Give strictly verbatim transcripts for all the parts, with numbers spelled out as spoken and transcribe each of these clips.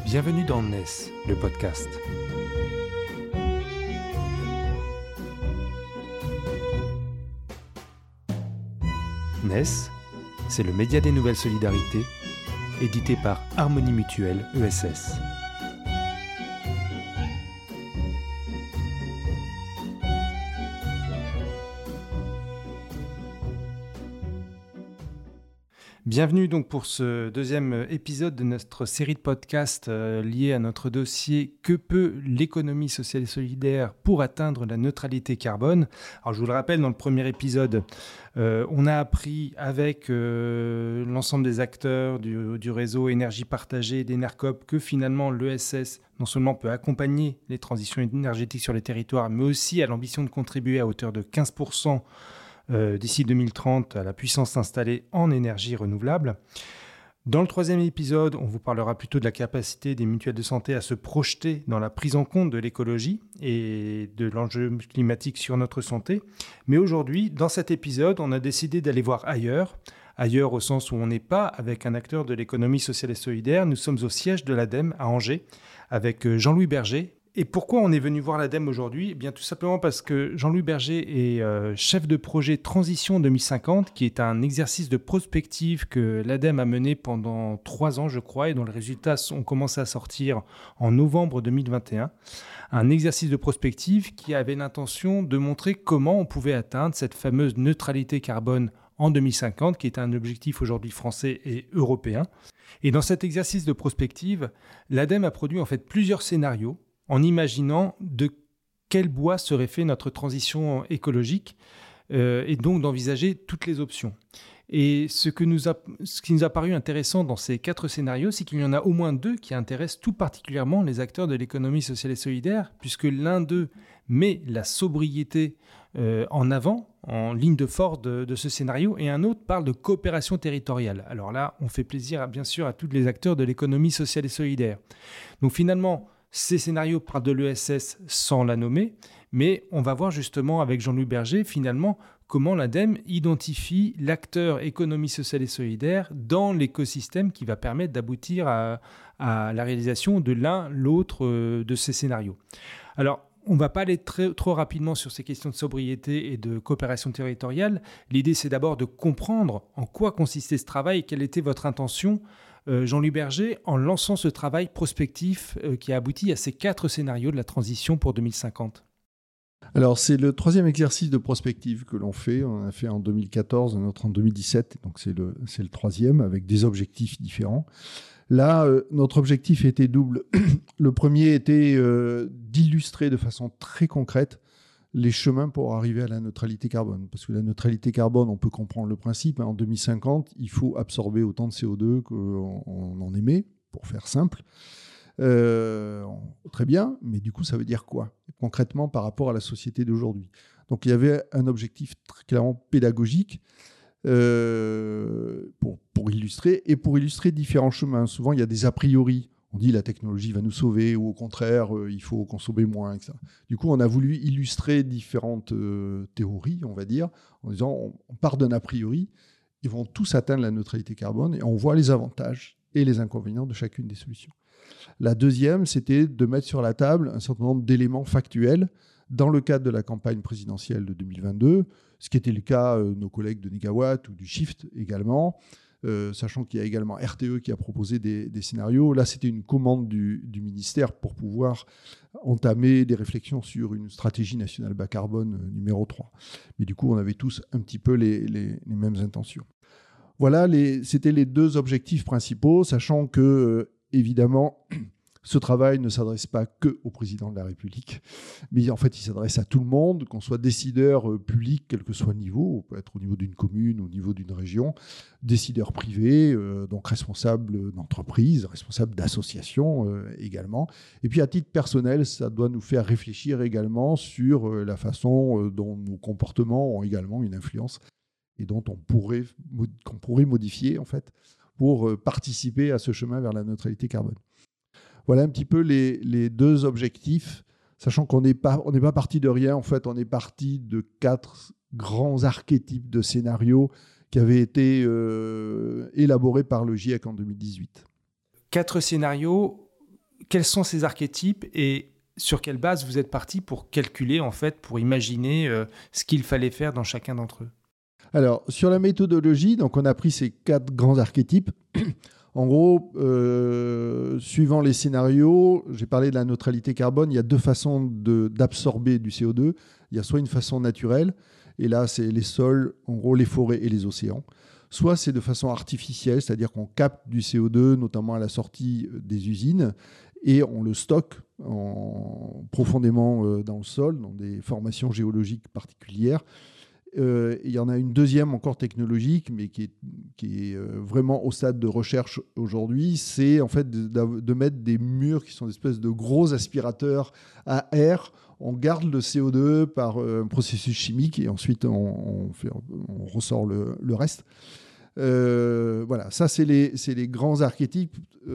Bienvenue dans N E S, le podcast. N E S, c'est le média des nouvelles solidarités, édité par Harmonie Mutuelle E S S. Bienvenue donc pour ce deuxième épisode de notre série de podcasts euh, liée à notre dossier « Que peut l'économie sociale et solidaire pour atteindre la neutralité carbone ?» Alors je vous le rappelle, dans le premier épisode, euh, on a appris avec euh, l'ensemble des acteurs du, du réseau énergie partagée d'Enercop que finalement l'E S S non seulement peut accompagner les transitions énergétiques sur les territoires, mais aussi a l'ambition de contribuer à hauteur de quinze pour cent Euh, d'ici deux mille trente à la puissance installée en énergie renouvelable. Dans le troisième épisode, on vous parlera plutôt de la capacité des mutuelles de santé à se projeter dans la prise en compte de l'écologie et de l'enjeu climatique sur notre santé. Mais aujourd'hui, dans cet épisode, on a décidé d'aller voir ailleurs, ailleurs au sens où on n'est pas avec un acteur de l'économie sociale et solidaire. Nous sommes au siège de l'ADEME à Angers avec Jean-Louis Berger. Et pourquoi on est venu voir l'ADEME aujourd'hui ? Eh bien, tout simplement parce que Jean-Louis Berger est euh, chef de projet Transition deux mille cinquante, qui est un exercice de prospective que l'ADEME a mené pendant trois ans, je crois, et dont les résultats ont commencé à sortir en novembre deux mille vingt et un. Un exercice de prospective qui avait l'intention de montrer comment on pouvait atteindre cette fameuse neutralité carbone en deux mille cinquante, qui est un objectif aujourd'hui français et européen. Et dans cet exercice de prospective, l'ADEME a produit en fait plusieurs scénarios en imaginant de quel bois serait fait notre transition écologique euh, et donc d'envisager toutes les options. Et ce, que nous a, ce qui nous a paru intéressant dans ces quatre scénarios, c'est qu'il y en a au moins deux qui intéressent tout particulièrement les acteurs de l'économie sociale et solidaire, puisque l'un d'eux met la sobriété euh, en avant, en ligne de force de, de ce scénario, et un autre parle de coopération territoriale. Alors là, on fait plaisir à, bien sûr à tous les acteurs de l'économie sociale et solidaire. Donc finalement, ces scénarios parlent de l'E S S sans la nommer, mais on va voir justement avec Jean-Louis Berger finalement comment l'ADEME identifie l'acteur économie sociale et solidaire dans l'écosystème qui va permettre d'aboutir à, à la réalisation de l'un, l'autre euh, de ces scénarios. Alors, on ne va pas aller très, trop rapidement sur ces questions de sobriété et de coopération territoriale. L'idée, c'est d'abord de comprendre en quoi consistait ce travail et quelle était votre intention, euh, Jean-Louis Berger, en lançant ce travail prospectif euh, qui a abouti à ces quatre scénarios de la transition pour deux mille cinquante. Alors, c'est le troisième exercice de prospective que l'on fait. On a fait en deux mille quatorze, un autre en deux mille dix-sept, donc c'est le, c'est le troisième, avec des objectifs différents. Là, euh, notre objectif était double. Le premier était euh, d'illustrer de façon très concrète les chemins pour arriver à la neutralité carbone. Parce que la neutralité carbone, on peut comprendre le principe. Hein, en deux mille cinquante, il faut absorber autant de C O deux qu'on on en émet, pour faire simple. Euh, très bien, mais du coup, ça veut dire quoi concrètement par rapport à la société d'aujourd'hui ? Donc, il y avait un objectif très clairement pédagogique euh, pour, pour illustrer, et pour illustrer différents chemins. Souvent, il y a des a priori. On dit la technologie va nous sauver, ou au contraire, euh, il faut consommer moins, et cetera. Du coup, on a voulu illustrer différentes euh, théories, on va dire, en disant on, on part d'un a priori, ils vont tous atteindre la neutralité carbone, et on voit les avantages et les inconvénients de chacune des solutions. La deuxième, c'était de mettre sur la table un certain nombre d'éléments factuels dans le cadre de la campagne présidentielle de deux mille vingt-deux, ce qui était le cas de euh, nos collègues de Negawatt ou du Shift également, euh, sachant qu'il y a également R T E qui a proposé des, des scénarios. Là, c'était une commande du, du ministère pour pouvoir entamer des réflexions sur une stratégie nationale bas carbone euh, numéro trois. Mais du coup, on avait tous un petit peu les, les, les mêmes intentions. Voilà, les, c'était les deux objectifs principaux, sachant que euh, évidemment, ce travail ne s'adresse pas que au président de la République, mais en fait, il s'adresse à tout le monde, qu'on soit décideur euh, public, quel que soit le niveau, on peut être au niveau d'une commune, au niveau d'une région, décideur privé, euh, donc responsable d'entreprise, responsable d'association euh, également. Et puis, à titre personnel, ça doit nous faire réfléchir également sur euh, la façon euh, dont nos comportements ont également une influence et dont on pourrait, qu'on pourrait modifier, en fait, pour participer à ce chemin vers la neutralité carbone. Voilà un petit peu les, les deux objectifs, sachant qu'on n'est pas, on n'est pas parti de rien. En fait, on est parti de quatre grands archétypes de scénarios qui avaient été euh, élaborés par le GIEC en deux mille dix-huit. Quatre scénarios quels sont ces archétypes et sur quelle base vous êtes parti pour calculer, en fait, pour imaginer euh, ce qu'il fallait faire dans chacun d'entre eux? Alors, sur la méthodologie, donc on a pris ces quatre grands archétypes. En gros, euh, suivant les scénarios, j'ai parlé de la neutralité carbone, il y a deux façons de, d'absorber du C O deux. Il y a soit une façon naturelle, et là, c'est les sols, en gros, les forêts et les océans. Soit c'est de façon artificielle, c'est-à-dire qu'on capte du C O deux, notamment à la sortie des usines, et on le stocke en, profondément euh, dans le sol, dans des formations géologiques particulières. Euh, il y en a une deuxième encore technologique, mais qui est, qui est euh, vraiment au stade de recherche aujourd'hui, c'est en fait de, de mettre des murs qui sont des espèces de gros aspirateurs à air. On garde le C O deux par euh, un processus chimique et ensuite on, on, fait, on ressort le, le reste. Euh, voilà, ça c'est les, c'est les grands archétypes.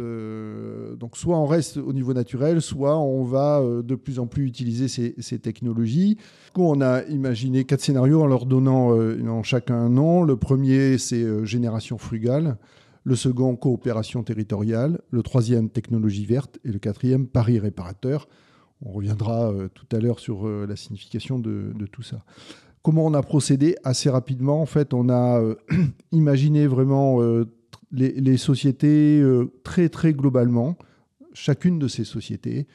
Euh, donc soit on reste au niveau naturel, soit on va euh, de plus en plus utiliser ces, ces technologies. Du coup, on a imaginé quatre scénarios en leur donnant euh, en chacun un nom. Le premier, c'est euh, génération frugale. Le second, coopération territoriale. Le troisième, technologie verte. Et le quatrième, pari réparateur. On reviendra euh, tout à l'heure sur euh, la signification de, de tout ça. Comment on a procédé? Assez rapidement, en fait, on a euh, imaginé vraiment euh, les, les sociétés euh, très, très globalement, chacune de ces sociétés.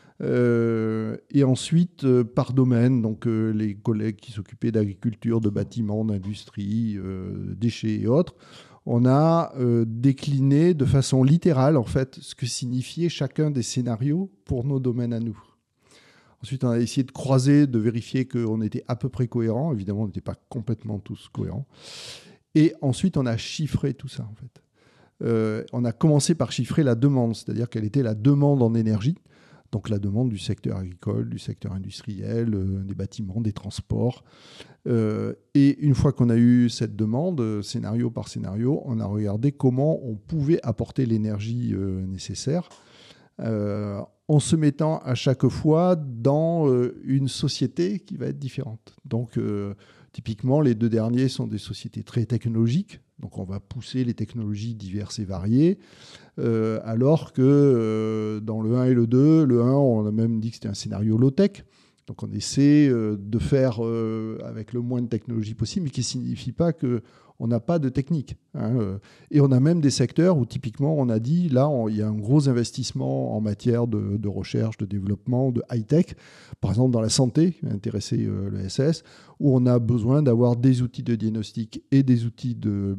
Euh, et ensuite, euh, par domaine, donc euh, les collègues qui s'occupaient d'agriculture, de bâtiments, d'industrie, euh, déchets et autres, on a euh, décliné de façon littérale, en fait, ce que signifiait chacun des scénarios pour nos domaines à nous. Ensuite, on a essayé de croiser, de vérifier qu'on était à peu près cohérents. Évidemment, on n'était pas complètement tous cohérents. Et ensuite, on a chiffré tout ça, en fait. Euh, on a commencé par chiffrer la demande, c'est-à-dire quelle était la demande en énergie. Donc, la demande du secteur agricole, du secteur industriel, euh, des bâtiments, des transports. Euh, et une fois qu'on a eu cette demande, scénario par scénario, on a regardé comment on pouvait apporter l'énergie euh, nécessaire. Euh, en se mettant à chaque fois dans euh, une société qui va être différente. Donc, euh, typiquement, les deux derniers sont des sociétés très technologiques. Donc, on va pousser les technologies diverses et variées. Euh, alors que euh, dans le un et le deux, le un, on a même dit que c'était un scénario low-tech. Donc, on essaie euh, de faire euh, avec le moins de technologie possible, mais qui ne signifie pas que on n'a pas de technique. Hein. Et on a même des secteurs où, typiquement, on a dit, là, on, il y a un gros investissement en matière de, de recherche, de développement, de high-tech. Par exemple, dans la santé, qui va intéresser euh, le S S, où on a besoin d'avoir des outils de diagnostic et des outils de,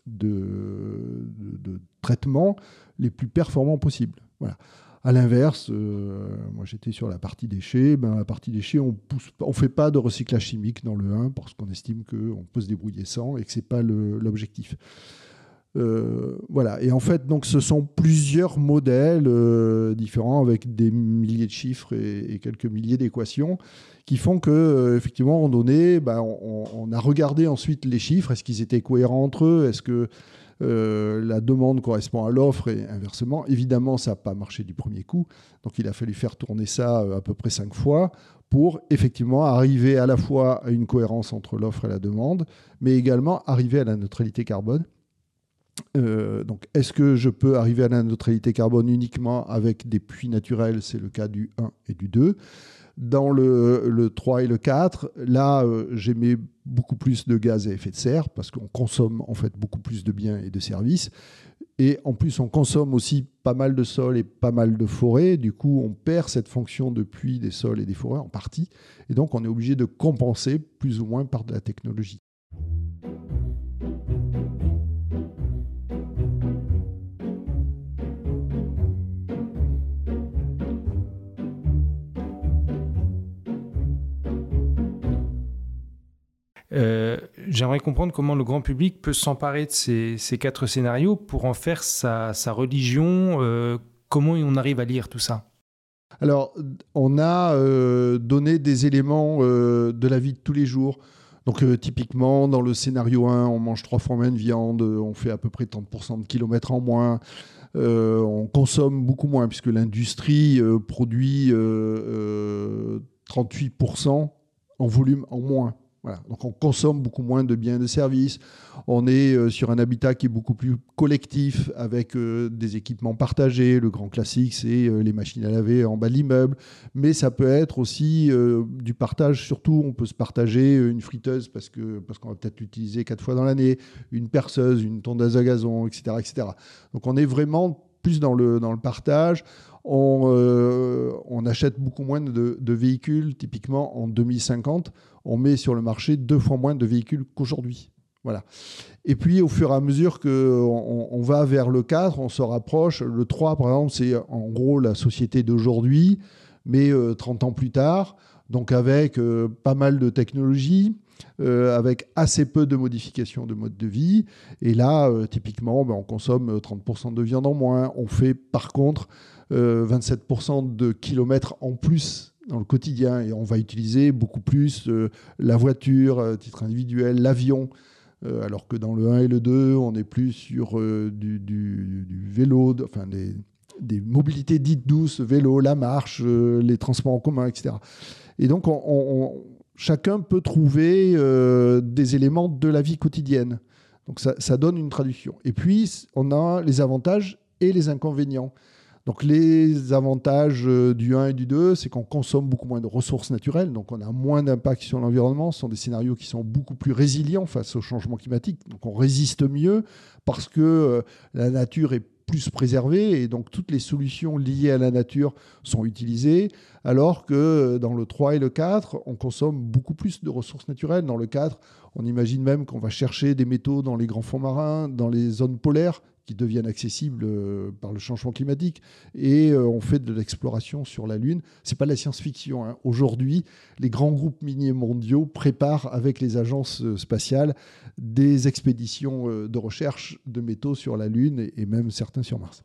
de, de, de traitement les plus performants possibles. Voilà. À l'inverse, euh, moi j'étais sur la partie déchets. Ben, la partie déchets, on ne fait pas de recyclage chimique dans le un parce qu'on estime qu'on peut se débrouiller sans et que ce n'est pas le, l'objectif. Euh, voilà. Et en fait, donc, ce sont plusieurs modèles euh, différents avec des milliers de chiffres et, et quelques milliers d'équations qui font que, euh, effectivement, à un moment donné, ben, on, on a regardé ensuite les chiffres. Est-ce qu'ils étaient cohérents entre eux? Est-ce que Euh, la demande correspond à l'offre et inversement? Évidemment, ça n'a pas marché du premier coup. Donc, il a fallu faire tourner ça à peu près cinq fois pour effectivement arriver à la fois à une cohérence entre l'offre et la demande, mais également arriver à la neutralité carbone. Euh, donc, est-ce que je peux arriver à la neutralité carbone uniquement avec des puits naturels? C'est le cas du un et du deux. Dans le, le trois et le quatre, là, euh, j'émets beaucoup plus de gaz à effet de serre parce qu'on consomme en fait beaucoup plus de biens et de services. Et en plus, on consomme aussi pas mal de sols et pas mal de forêts. Du coup, on perd cette fonction de puits des sols et des forêts en partie. Et donc, on est obligé de compenser plus ou moins par de la technologie. Euh, j'aimerais comprendre comment le grand public peut s'emparer de ces, ces quatre scénarios pour en faire sa, sa religion. Euh, comment on arrive à lire tout ça? Alors, on a euh, donné des éléments euh, de la vie de tous les jours. Donc, euh, typiquement, dans le scénario un, on mange trois fois moins de viande, on fait à peu près trente pour cent de kilomètres en moins, euh, on consomme beaucoup moins, puisque l'industrie euh, produit euh, euh, trente-huit pour cent en volume en moins. Voilà. Donc on consomme beaucoup moins de biens et de services. On est euh, sur un habitat qui est beaucoup plus collectif, avec euh, des équipements partagés. Le grand classique, c'est euh, les machines à laver en bas de l'immeuble. Mais ça peut être aussi euh, du partage. Surtout, on peut se partager une friteuse parce, que, parce qu'on va peut-être l'utiliser quatre fois dans l'année, une perceuse, une tondeuse à gazon, et cetera, et cetera. Donc on est vraiment plus dans le, dans le partage. On, euh, on achète beaucoup moins de, de véhicules. Typiquement, en deux mille cinquante, on met sur le marché deux fois moins de véhicules qu'aujourd'hui. Voilà. Et puis, au fur et à mesure qu'on on va vers le quatre, on se rapproche. Le trois, par exemple, c'est en gros la société d'aujourd'hui, mais euh, trente ans plus tard, donc avec euh, pas mal de technologies, euh, avec assez peu de modifications de mode de vie. Et là, euh, typiquement, ben, on consomme trente pour cent de viande en moins. On fait, par contre, euh, vingt-sept pour cent de kilomètres en plus dans le quotidien, et on va utiliser beaucoup plus euh, la voiture à titre individuel, l'avion, euh, alors que dans le un et le deux, on est plus sur euh, du, du, du vélo, de, enfin des, des mobilités dites douces, vélo, la marche, euh, les transports en commun, et cetera. Et donc, on, on, chacun peut trouver euh, des éléments de la vie quotidienne. Donc, ça, ça donne une traduction. Et puis, on a les avantages et les inconvénients. Donc les avantages du un et du deux, c'est qu'on consomme beaucoup moins de ressources naturelles, donc on a moins d'impact sur l'environnement. Ce sont des scénarios qui sont beaucoup plus résilients face au changement climatique, donc on résiste mieux parce que la nature est plus préservée et donc toutes les solutions liées à la nature sont utilisées, alors que dans le trois et le quatre, on consomme beaucoup plus de ressources naturelles. Dans le quatre, on imagine même qu'on va chercher des métaux dans les grands fonds marins, dans les zones polaires, qui deviennent accessibles euh, par le changement climatique, et euh, on fait de l'exploration sur la Lune. Ce n'est pas de la science-fiction, hein. Aujourd'hui, les grands groupes miniers mondiaux préparent avec les agences spatiales des expéditions euh, de recherche de métaux sur la Lune, et, et même certains sur Mars.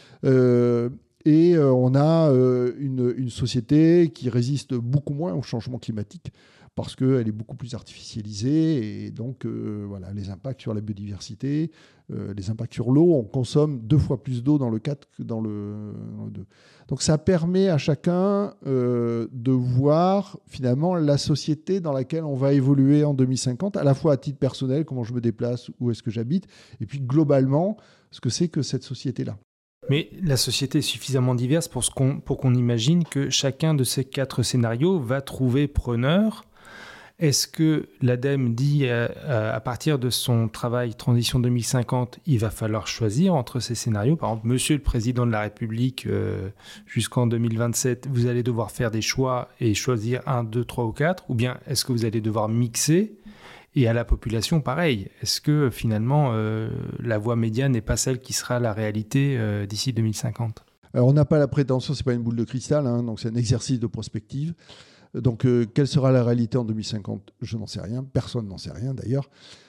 Euh, et euh, on a euh, une, une société qui résiste beaucoup moins au changement climatique, parce qu'elle est beaucoup plus artificialisée, et donc euh, voilà, les impacts sur la biodiversité, euh, les impacts sur l'eau, on consomme deux fois plus d'eau dans le quatre que dans le, dans le deux. Donc ça permet à chacun euh, de voir finalement la société dans laquelle on va évoluer en deux mille cinquante, à la fois à titre personnel, comment je me déplace, où est-ce que j'habite, et puis globalement, ce que c'est que cette société-là. Mais la société est suffisamment diverse pour, ce qu'on, pour qu'on imagine que chacun de ces quatre scénarios va trouver preneur. Est-ce que l'ADEME dit euh, à partir de son travail Transition deux mille cinquante, il va falloir choisir entre ces scénarios? Par exemple, Monsieur le Président de la République, euh, jusqu'en deux mille vingt-sept, vous allez devoir faire des choix et choisir un, deux, trois ou quatre? Ou bien est-ce que vous allez devoir mixer? Et à la population, pareil. Est-ce que finalement, euh, la voie médiane n'est pas celle qui sera la réalité euh, d'ici deux mille cinquante? Alors, on n'a pas la prétention, ce n'est pas une boule de cristal, hein, donc c'est un exercice de prospective. Donc, euh, quelle sera la réalité en deux mille cinquante? Je n'en sais rien. Personne n'en sait rien, d'ailleurs.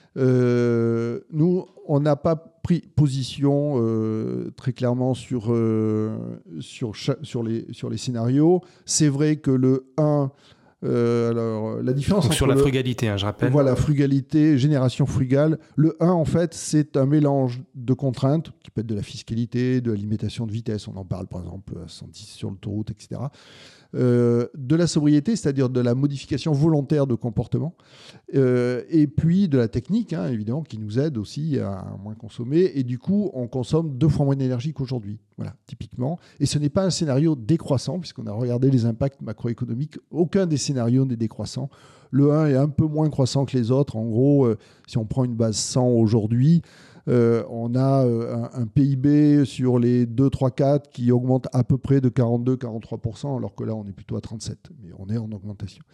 Euh, nous, on n'a pas pris position euh, très clairement sur, euh, sur, sur, les, sur les scénarios. C'est vrai que le un... Euh, alors, la différence Donc sur la le, frugalité, hein, je rappelle. Voilà, frugalité, génération frugale. Le un, en fait, c'est un mélange de contraintes, qui peut être de la fiscalité, de la limitation de vitesse, on en parle par exemple à cent dix sur l'autoroute, et cetera. Euh, de la sobriété, c'est-à-dire de la modification volontaire de comportement, euh, et puis de la technique, hein, évidemment, qui nous aide aussi à moins consommer. Et du coup, on consomme deux fois moins d'énergie qu'aujourd'hui, voilà, typiquement. Et ce n'est pas un scénario décroissant, puisqu'on a regardé les impacts macroéconomiques. Aucun des scénarios n'est décroissant. Le un est un peu moins croissant que les autres. En gros, euh, si on prend une base cent aujourd'hui, Euh, on a euh, un, un P I B sur les deux, trois, quatre qui augmente à peu près de quarante-deux à quarante-trois pour cent, alors que là, on est plutôt à trente-sept, mais on est en augmentation.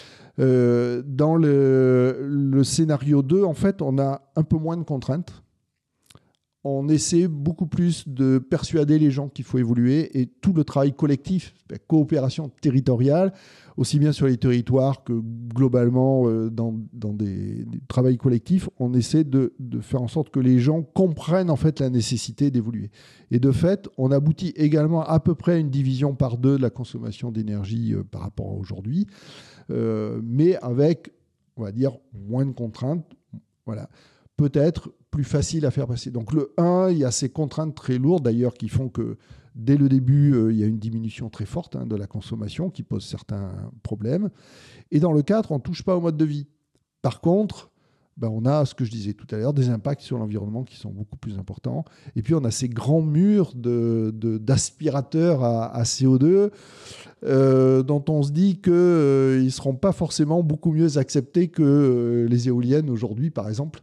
Euh, dans le, le scénario deux, en fait, on a un peu moins de contraintes. On essaie beaucoup plus de persuader les gens qu'il faut évoluer, et tout le travail collectif, la coopération territoriale, aussi bien sur les territoires que globalement euh, dans, dans des, des travails collectifs, on essaie de, de faire en sorte que les gens comprennent en fait la nécessité d'évoluer. Et de fait, on aboutit également à peu près à une division par deux de la consommation d'énergie euh, par rapport à aujourd'hui, euh, mais avec, on va dire, moins de contraintes. Voilà. Peut-être plus facile à faire passer. Donc le un, il y a ces contraintes très lourdes d'ailleurs qui font que dès le début, euh, il y a une diminution très forte hein, de la consommation qui pose certains problèmes. Et dans le quatre, on ne touche pas au mode de vie. Par contre, ben on a ce que je disais tout à l'heure, des impacts sur l'environnement qui sont beaucoup plus importants. Et puis on a ces grands murs de, de, d'aspirateurs à, à C O deux euh, dont on se dit qu'ils euh, ne seront pas forcément beaucoup mieux acceptés que euh, les éoliennes aujourd'hui, par exemple.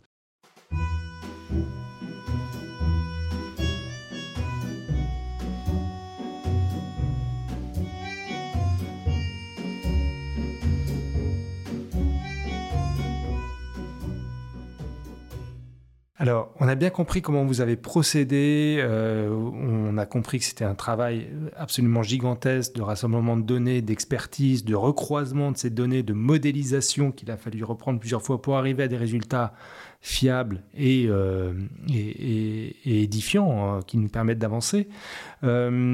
Alors, on a bien compris comment vous avez procédé. Euh, on a compris que c'était un travail absolument gigantesque de rassemblement de données, d'expertise, de recroisement de ces données, de modélisation qu'il a fallu reprendre plusieurs fois pour arriver à des résultats fiables et, euh, et, et, et édifiants, hein, qui nous permettent d'avancer. Euh,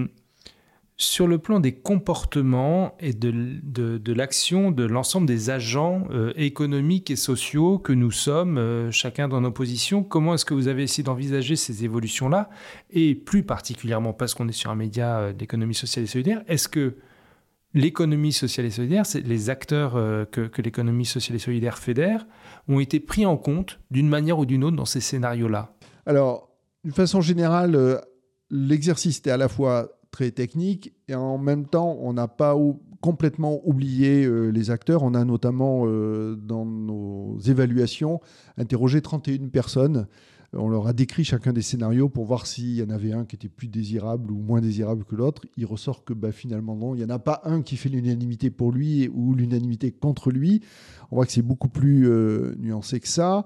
Sur le plan des comportements et de, de, de l'action de l'ensemble des agents euh, économiques et sociaux que nous sommes, euh, chacun dans nos positions, comment est-ce que vous avez essayé d'envisager ces évolutions-là? Et plus particulièrement, parce qu'on est sur un média euh, d'économie sociale et solidaire, est-ce que l'économie sociale et solidaire, c'est les acteurs euh, que, que l'économie sociale et solidaire fédère, ont été pris en compte d'une manière ou d'une autre dans ces scénarios-là? Alors, d'une façon générale, euh, l'exercice était à la fois très technique et en même temps, on n'a pas ou- complètement oublié euh, les acteurs. On a notamment, euh, dans nos évaluations, interrogé trente et une personnes. On leur a décrit chacun des scénarios pour voir s'il y en avait un qui était plus désirable ou moins désirable que l'autre. Il ressort que bah, finalement, non, il n'y en a pas un qui fait l'unanimité pour lui ou l'unanimité contre lui. On voit que c'est beaucoup plus euh, nuancé que ça.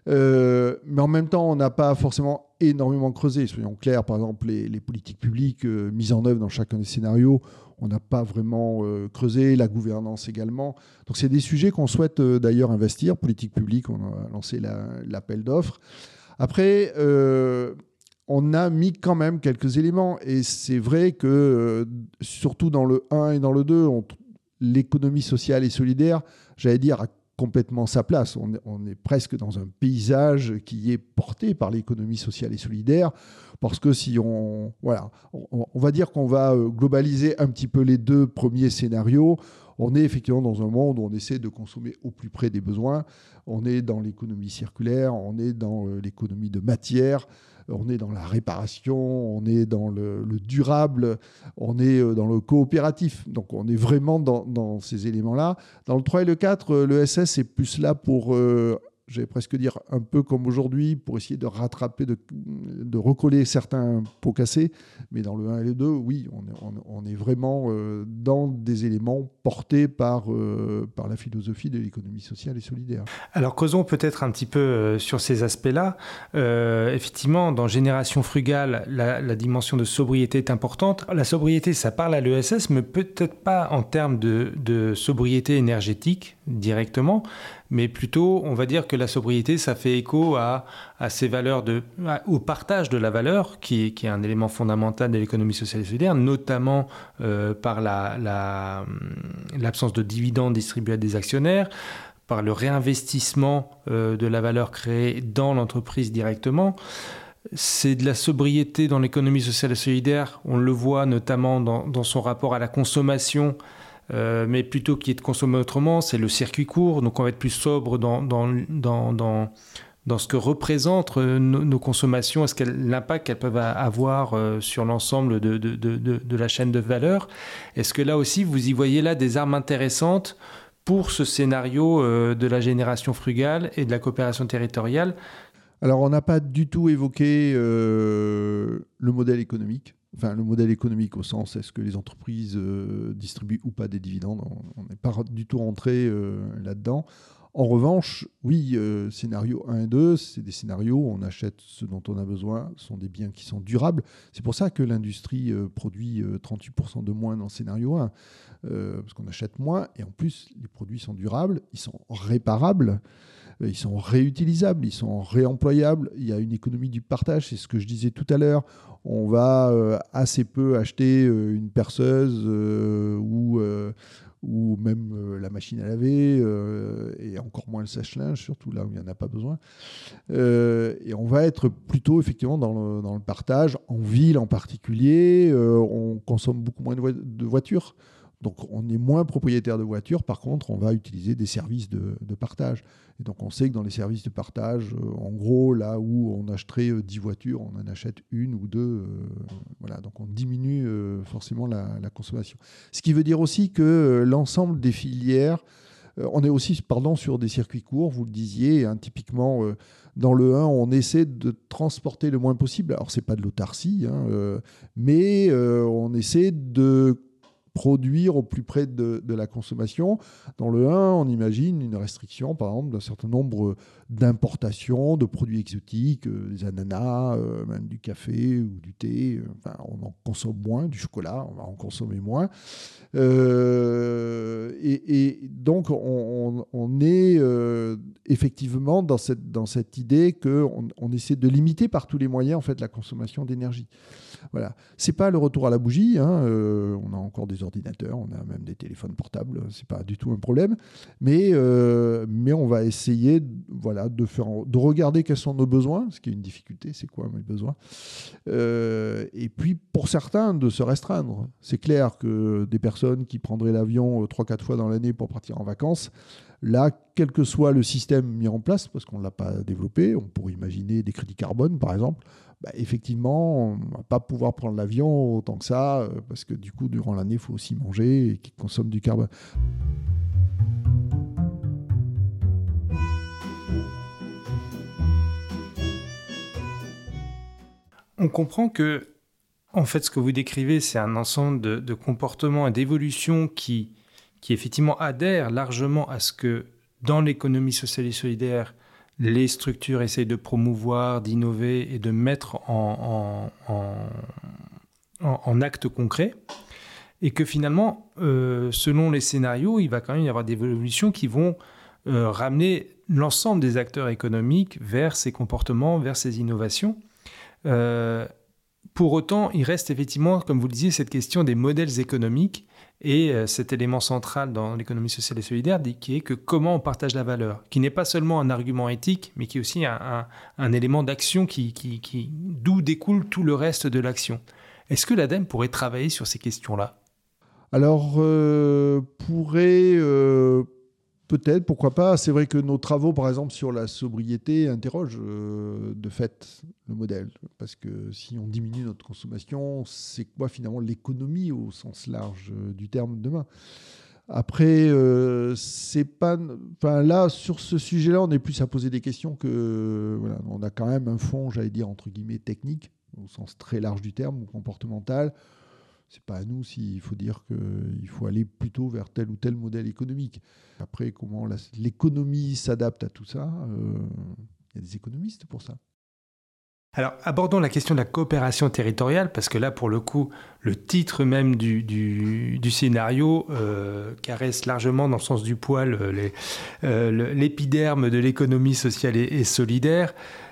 Euh, mais en même temps, on n'a pas forcément énormément creusé. Soyons clairs, par exemple, les, les politiques publiques euh, mises en œuvre dans chacun des scénarios, on n'a pas vraiment euh, creusé, la gouvernance également. Donc c'est des sujets qu'on souhaite euh, d'ailleurs investir. Politique publique, on a lancé la, l'appel d'offres. Après, euh, on a mis quand même quelques éléments. Et c'est vrai que, euh, surtout dans le un et dans le deux, on, l'économie sociale et solidaire, j'allais dire, a complètement sa place. On est, on est presque dans un paysage qui est porté par l'économie sociale et solidaire, parce que si on... Voilà, on, on va dire qu'on va globaliser un petit peu les deux premiers scénarios. On est effectivement dans un monde où on essaie de consommer au plus près des besoins. On est dans l'économie circulaire, on est dans l'économie de matière, on est dans la réparation, on est dans le, le durable, on est dans le coopératif. Donc on est vraiment dans, dans ces éléments-là. Dans le trois et le quatre, le S S est plus là pour... Euh, j'allais presque dire un peu comme aujourd'hui, pour essayer de rattraper, de, de recoller certains pots cassés. Mais dans le un et le deux, oui, on est, on, on est vraiment euh, dans des éléments portés par, euh, par la philosophie de l'économie sociale et solidaire. Alors causons peut-être un petit peu euh, sur ces aspects-là. Euh, effectivement, dans Génération Frugale, la, la dimension de sobriété est importante. La sobriété, ça parle à l'E S S, mais peut-être pas en termes de, de sobriété énergétique directement, mais plutôt, on va dire que la sobriété, ça fait écho à, à ces valeurs, de, à, au partage de la valeur, qui, qui est un élément fondamental de l'économie sociale et solidaire, notamment euh, par la, la, l'absence de dividendes distribués à des actionnaires, par le réinvestissement euh, de la valeur créée dans l'entreprise directement. C'est de la sobriété dans l'économie sociale et solidaire, on le voit notamment dans, dans son rapport à la consommation, Euh, mais plutôt qu'il est de consommer autrement, c'est le circuit court. Donc on va être plus sobre dans, dans, dans, dans, dans ce que représentent nos, nos consommations, est-ce qu'elle, l'impact qu'elles peuvent avoir euh, sur l'ensemble de, de, de, de la chaîne de valeur. Est-ce que là aussi, vous y voyez là des armes intéressantes pour ce scénario euh, de la génération frugale et de la coopération territoriale? Alors on n'a pas du tout évoqué euh, le modèle économique. Enfin, le modèle économique au sens, est-ce que les entreprises euh, distribuent ou pas des dividendes? On n'est pas du tout rentré euh, là-dedans. En revanche, oui, euh, scénario un et deux, c'est des scénarios où on achète ce dont on a besoin, ce sont des biens qui sont durables. C'est pour ça que l'industrie euh, produit euh, trente-huit pour cent de moins dans le scénario un, euh, parce qu'on achète moins, et en plus, les produits sont durables, ils sont réparables, ils sont réutilisables, ils sont réemployables. Il y a une économie du partage, c'est ce que je disais tout à l'heure. On va euh, assez peu acheter euh, une perceuse euh, ou, euh, ou même euh, la machine à laver, euh, et encore moins le sèche-linge, surtout là où il n'y en a pas besoin. Euh, et on va être plutôt effectivement dans le, dans le partage, en ville en particulier. Euh, on consomme beaucoup moins de, vo- de voitures. Donc, on est moins propriétaire de voiture. Par contre, on va utiliser des services de, de partage. Et donc, on sait que dans les services de partage, euh, en gros, là où on achèterait euh, dix voitures, on en achète une ou deux. Euh, voilà. Donc, on diminue euh, forcément la, la consommation. Ce qui veut dire aussi que euh, l'ensemble des filières, euh, on est aussi pardon, sur des circuits courts, vous le disiez. Hein, typiquement, euh, dans le un, on essaie de transporter le moins possible. Alors, ce n'est pas de l'autarcie, hein, euh, mais euh, on essaie de produire au plus près de, de la consommation. Dans le un, on imagine une restriction, par exemple, d'un certain nombre d'importations de produits exotiques, euh, des ananas, euh, même du café ou du thé. Enfin, on en consomme moins, du chocolat, on va en consommer moins. Euh, et, et donc, on, on, on est euh, effectivement dans cette, dans cette idée qu'on on essaie de limiter par tous les moyens en fait, la consommation d'énergie. Voilà. Ce n'est pas le retour à la bougie. Hein. Euh, on a encore des ordinateurs, on a même des téléphones portables. Ce n'est pas du tout un problème. Mais, euh, mais on va essayer voilà, de, faire, de regarder quels sont nos besoins, ce qui est une difficulté. C'est quoi mes besoins euh, Et puis, pour certains, de se restreindre. C'est clair que des personnes qui prendraient l'avion trois quatre fois dans l'année pour partir en vacances, là, quel que soit le système mis en place, parce qu'on ne l'a pas développé, on pourrait imaginer des crédits carbone, par exemple, bah, effectivement, on ne va pas pouvoir prendre l'avion autant que ça, euh, parce que du coup, durant l'année, il faut aussi manger et qu'ils consomment du carbone. On comprend que, en fait, ce que vous décrivez, c'est un ensemble de, de comportements et d'évolutions qui, qui, effectivement, adhèrent largement à ce que, dans l'économie sociale et solidaire, les structures essayent de promouvoir, d'innover et de mettre en, en, en, en, en actes concrets. Et que finalement, euh, selon les scénarios, il va quand même y avoir des évolutions qui vont euh, ramener l'ensemble des acteurs économiques vers ces comportements, vers ces innovations. Euh, pour autant, il reste effectivement, comme vous le disiez, cette question des modèles économiques et euh, cet élément central dans l'économie sociale et solidaire qui est que comment on partage la valeur, qui n'est pas seulement un argument éthique, mais qui est aussi un, un, un élément d'action qui, qui, qui, d'où découle tout le reste de l'action. Est-ce que l'ADEME pourrait travailler sur ces questions-là ? Alors, euh, pourrait... Euh... Peut-être, pourquoi pas. C'est vrai que nos travaux, par exemple, sur la sobriété, interrogent euh, de fait le modèle. Parce que si on diminue notre consommation, c'est quoi finalement l'économie au sens large euh, du terme demain ? Après, euh, c'est pas... Enfin, là, sur ce sujet-là, on est plus à poser des questions que... Voilà, on a quand même un fond, j'allais dire, entre guillemets, technique, au sens très large du terme, ou comportemental. C'est pas à nous s'il faut dire qu'il faut aller plutôt vers tel ou tel modèle économique. Après, comment la, l'économie s'adapte à tout ça, il euh, y a des économistes pour ça. Alors, abordons la question de la coopération territoriale, parce que là, pour le coup, le titre même du, du, du scénario euh, caresse largement, dans le sens du poil, les, euh, l'épiderme de l'économie sociale et, et solidaire.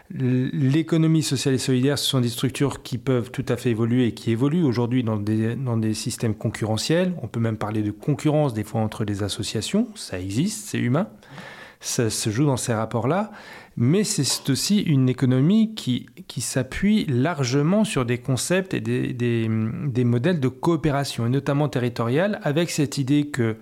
L'économie sociale et solidaire, ce sont des structures qui peuvent tout à fait évoluer et qui évoluent aujourd'hui dans des, dans des systèmes concurrentiels. On peut même parler de concurrence des fois entre les associations. Ça existe, c'est humain. Ça se joue dans ces rapports-là. Mais c'est aussi une économie qui, qui s'appuie largement sur des concepts et des, des, des modèles de coopération, et notamment territoriale, avec cette idée que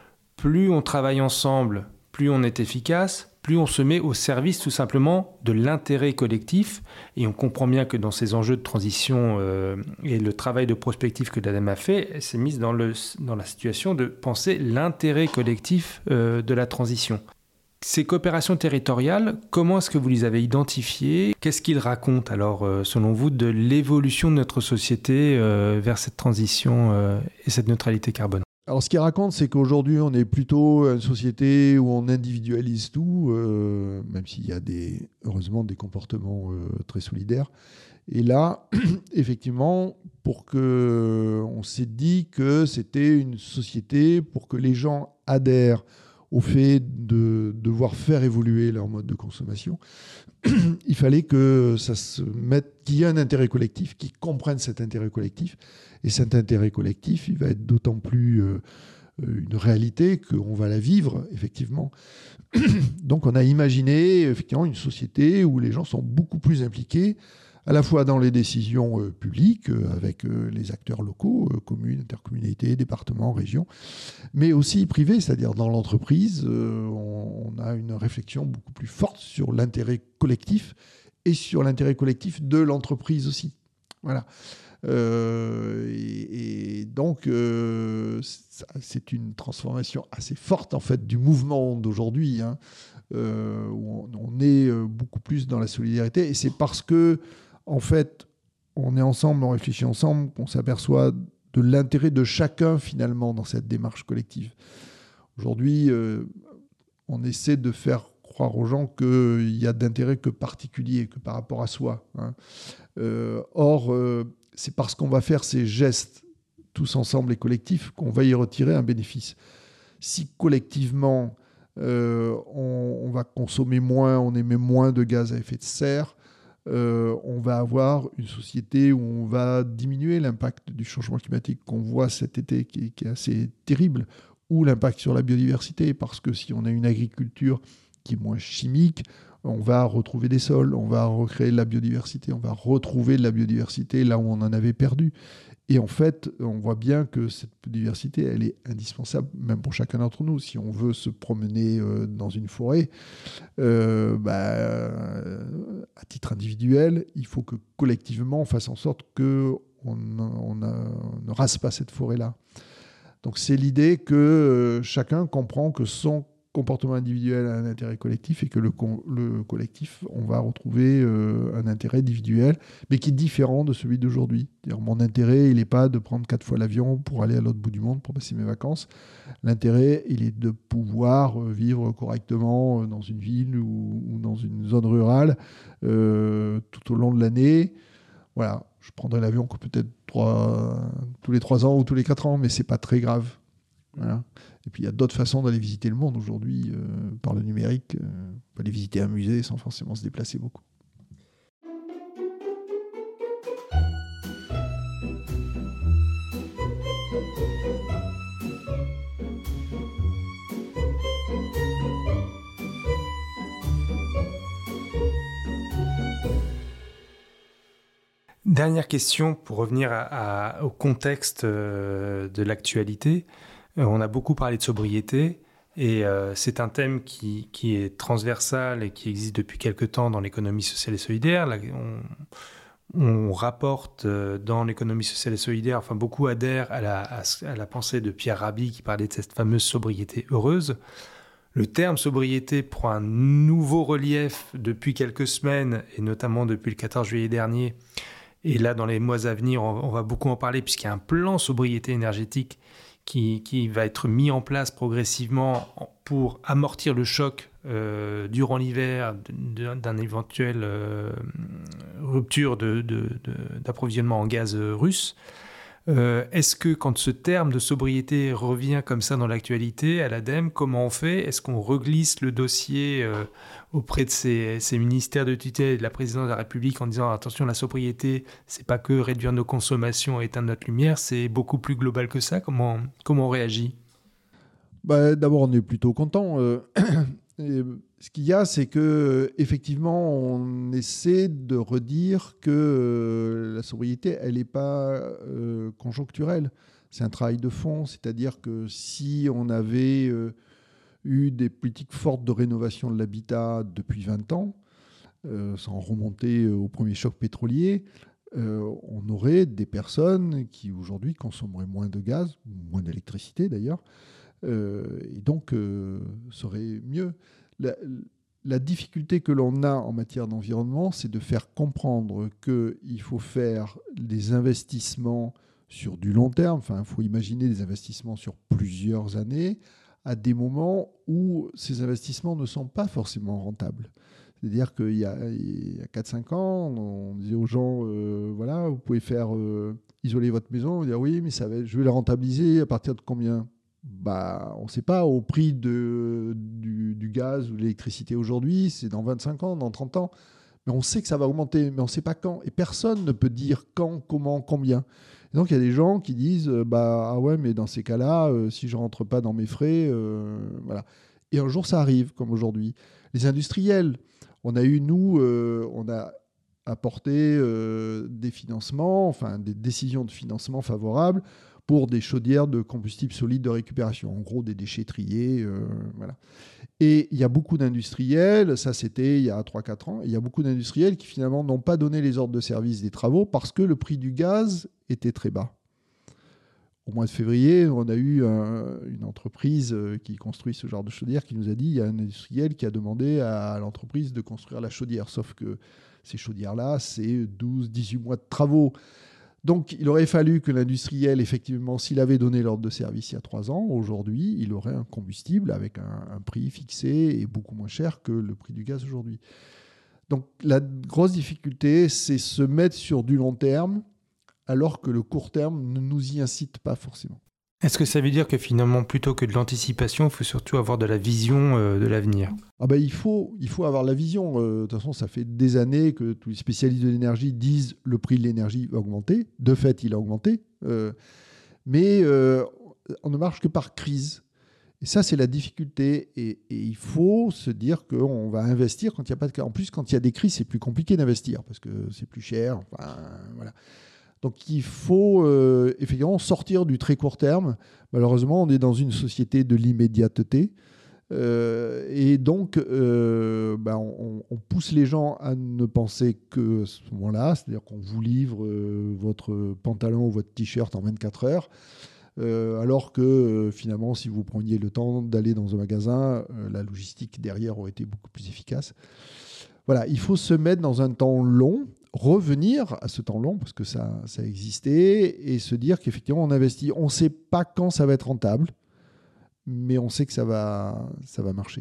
plus on travaille ensemble, plus on est efficace, plus on se met au service tout simplement de l'intérêt collectif. Et on comprend bien que dans ces enjeux de transition euh, et le travail de prospective que l'ADEME a fait, elle s'est mise dans, le, dans la situation de penser l'intérêt collectif euh, de la transition. Ces coopérations territoriales, comment est-ce que vous les avez identifiées ? Qu'est-ce qu'ils racontent alors, euh, selon vous, de l'évolution de notre société euh, vers cette transition euh, et cette neutralité carbone ? Alors, ce qu'il raconte, c'est qu'aujourd'hui, on est plutôt une société où on individualise tout, euh, même s'il y a des, heureusement des comportements euh, très solidaires. Et là, effectivement, pour que, on s'est dit que c'était une société pour que les gens adhèrent au fait de devoir faire évoluer leur mode de consommation, il fallait que ça se mette, qu'il y ait un intérêt collectif, qu'ils comprennent cet intérêt collectif. Et cet intérêt collectif, il va être d'autant plus euh, une réalité qu'on va la vivre, effectivement. Donc, on a imaginé, effectivement, une société où les gens sont beaucoup plus impliqués, à la fois dans les décisions euh, publiques, euh, avec euh, les acteurs locaux, euh, communes, intercommunalités, départements, régions, mais aussi privées, c'est-à-dire dans l'entreprise, euh, on, on a une réflexion beaucoup plus forte sur l'intérêt collectif et sur l'intérêt collectif de l'entreprise aussi. Voilà. Euh, et, et donc, euh, c'est une transformation assez forte en fait du mouvement d'aujourd'hui, hein, euh, où on, on est beaucoup plus dans la solidarité. Et c'est parce que, en fait, on est ensemble, on réfléchit ensemble, qu'on s'aperçoit de l'intérêt de chacun finalement dans cette démarche collective. Aujourd'hui, euh, on essaie de faire croire aux gens qu'il y a d'intérêt que particulier, que par rapport à soi, hein. Euh, or, euh, c'est parce qu'on va faire ces gestes tous ensemble et collectifs qu'on va y retirer un bénéfice. Si collectivement, euh, on, on va consommer moins, on émet moins de gaz à effet de serre, euh, on va avoir une société où on va diminuer l'impact du changement climatique qu'on voit cet été, qui, qui est assez terrible, ou l'impact sur la biodiversité, parce que si on a une agriculture qui est moins chimique, on va retrouver des sols, on va recréer de la biodiversité, on va retrouver de la biodiversité là où on en avait perdu. Et en fait, on voit bien que cette biodiversité, elle est indispensable, même pour chacun d'entre nous. Si on veut se promener euh, dans une forêt, euh, bah, euh, à titre individuel, il faut que collectivement, on fasse en sorte qu'on on ne rase pas cette forêt-là. Donc c'est l'idée que euh, chacun comprend que son comportement individuel a un intérêt collectif et que le, co- le collectif, on va retrouver euh, un intérêt individuel, mais qui est différent de celui d'aujourd'hui. C'est-à-dire, mon intérêt, il n'est pas de prendre quatre fois l'avion pour aller à l'autre bout du monde pour passer mes vacances. L'intérêt, il est de pouvoir euh, vivre correctement euh, dans une ville ou, ou dans une zone rurale euh, tout au long de l'année. Voilà, je prendrai l'avion que peut-être trois, tous les trois ans ou tous les quatre ans, mais ce n'est pas très grave. Voilà. Et puis il y a d'autres façons d'aller visiter le monde aujourd'hui euh, par le numérique. Euh, on peut aller visiter un musée sans forcément se déplacer beaucoup. Dernière question pour revenir à, à, au contexte euh, de l'actualité. Euh, on a beaucoup parlé de sobriété et euh, c'est un thème qui, qui est transversal et qui existe depuis quelque temps dans l'économie sociale et solidaire. Là, on, on rapporte euh, dans l'économie sociale et solidaire, enfin beaucoup adhèrent à la, à, à la pensée de Pierre Rabhi qui parlait de cette fameuse sobriété heureuse. Le terme sobriété prend un nouveau relief depuis quelques semaines et notamment depuis le quatorze juillet dernier. Et là, dans les mois à venir, on, on va beaucoup en parler puisqu'il y a un plan sobriété énergétique qui, qui va être mis en place progressivement pour amortir le choc euh, durant l'hiver d'un éventuel euh, rupture de, de, de, d'approvisionnement en gaz russe. Euh, est-ce que quand ce terme de sobriété revient comme ça dans l'actualité à l'ADEME, comment on fait ? Est-ce qu'on reglisse le dossier euh, auprès de ces, ces ministères de tutelle et de la présidence de la République en disant attention, la sobriété, c'est pas que réduire nos consommations et éteindre notre lumière, c'est beaucoup plus global que ça. Comment, comment on réagit ? Bah, d'abord, on est plutôt content. Euh, et ce qu'il y a, c'est que effectivement, on essaie de redire que euh, la sobriété, elle n'est pas euh, conjoncturelle. C'est un travail de fond, c'est-à-dire que si on avait euh, eu des politiques fortes de rénovation de l'habitat depuis vingt ans, euh, sans remonter au premier choc pétrolier, euh, on aurait des personnes qui aujourd'hui consommeraient moins de gaz, moins d'électricité d'ailleurs, euh, et donc euh, serait mieux. La, la difficulté que l'on a en matière d'environnement, c'est de faire comprendre qu'il faut faire des investissements sur du long terme, enfin, il faut imaginer des investissements sur plusieurs années, à des moments où ces investissements ne sont pas forcément rentables. C'est-à-dire qu'il y a, il y a quatre cinq ans, on disait aux gens, euh, voilà, vous pouvez faire euh, isoler votre maison. On dit, oui, mais ça va, je vais la rentabiliser à partir de combien ? Bah, on ne sait pas, au prix de, du, du gaz ou de l'électricité aujourd'hui, c'est dans vingt-cinq ans, dans trente ans. Mais on sait que ça va augmenter, mais on ne sait pas quand. Et personne ne peut dire quand, comment, combien. Et donc, il y a des gens qui disent, bah, ah ouais, mais dans ces cas-là, euh, si je ne rentre pas dans mes frais, euh, voilà. Et un jour, ça arrive, comme aujourd'hui. Les industriels, on a eu, nous, euh, on a apporter euh, des financements, enfin des décisions de financement favorables pour des chaudières de combustible solide de récupération, en gros des déchetteries. Euh, voilà. Et il y a beaucoup d'industriels, ça c'était il y a trois à quatre ans, il y a beaucoup d'industriels qui finalement n'ont pas donné les ordres de service des travaux parce que le prix du gaz était très bas. Au mois de février, on a eu un, une entreprise qui construit ce genre de chaudière qui nous a dit il y a un industriel qui a demandé à l'entreprise de construire la chaudière. Sauf que ces chaudières-là, c'est douze à dix-huit mois de travaux. Donc, il aurait fallu que l'industriel, effectivement, s'il avait donné l'ordre de service il y a trois ans, aujourd'hui, il aurait un combustible avec un, un prix fixé et beaucoup moins cher que le prix du gaz aujourd'hui. Donc, la grosse difficulté, c'est se mettre sur du long terme, alors que le court terme ne nous y incite pas forcément. Est-ce que ça veut dire que finalement, plutôt que de l'anticipation, il faut surtout avoir de la vision euh, de l'avenir ? Ah ben, il faut, il faut avoir la vision. Euh, de toute façon, ça fait des années que tous les spécialistes de l'énergie disent que le prix de l'énergie va augmenter. De fait, il a augmenté. Euh, mais euh, on ne marche que par crise. Et ça, c'est la difficulté. Et, et il faut se dire qu'on va investir quand il n'y a pas de cas. En plus, quand il y a des crises, c'est plus compliqué d'investir parce que c'est plus cher. Enfin, voilà. Donc il faut euh, effectivement sortir du très court terme. Malheureusement, on est dans une société de l'immédiateté. Euh, et donc, euh, ben, on, on pousse les gens à ne penser que ce moment-là, c'est-à-dire qu'on vous livre euh, votre pantalon ou votre t-shirt en vingt-quatre heures, euh, alors que euh, finalement, si vous preniez le temps d'aller dans un magasin, euh, la logistique derrière aurait été beaucoup plus efficace. Voilà, il faut se mettre dans un temps long, revenir à ce temps long, parce que ça, ça a existé, et se dire qu'effectivement, on investit. On ne sait pas quand ça va être rentable, mais on sait que ça va, ça va marcher.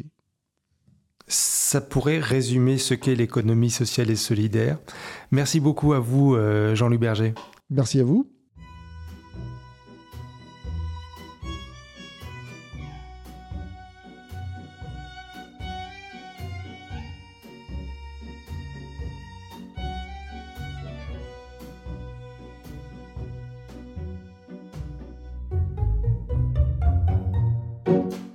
Ça pourrait résumer ce qu'est l'économie sociale et solidaire. Merci beaucoup à vous, Jean-Luc Berger. Merci à vous. Thank you.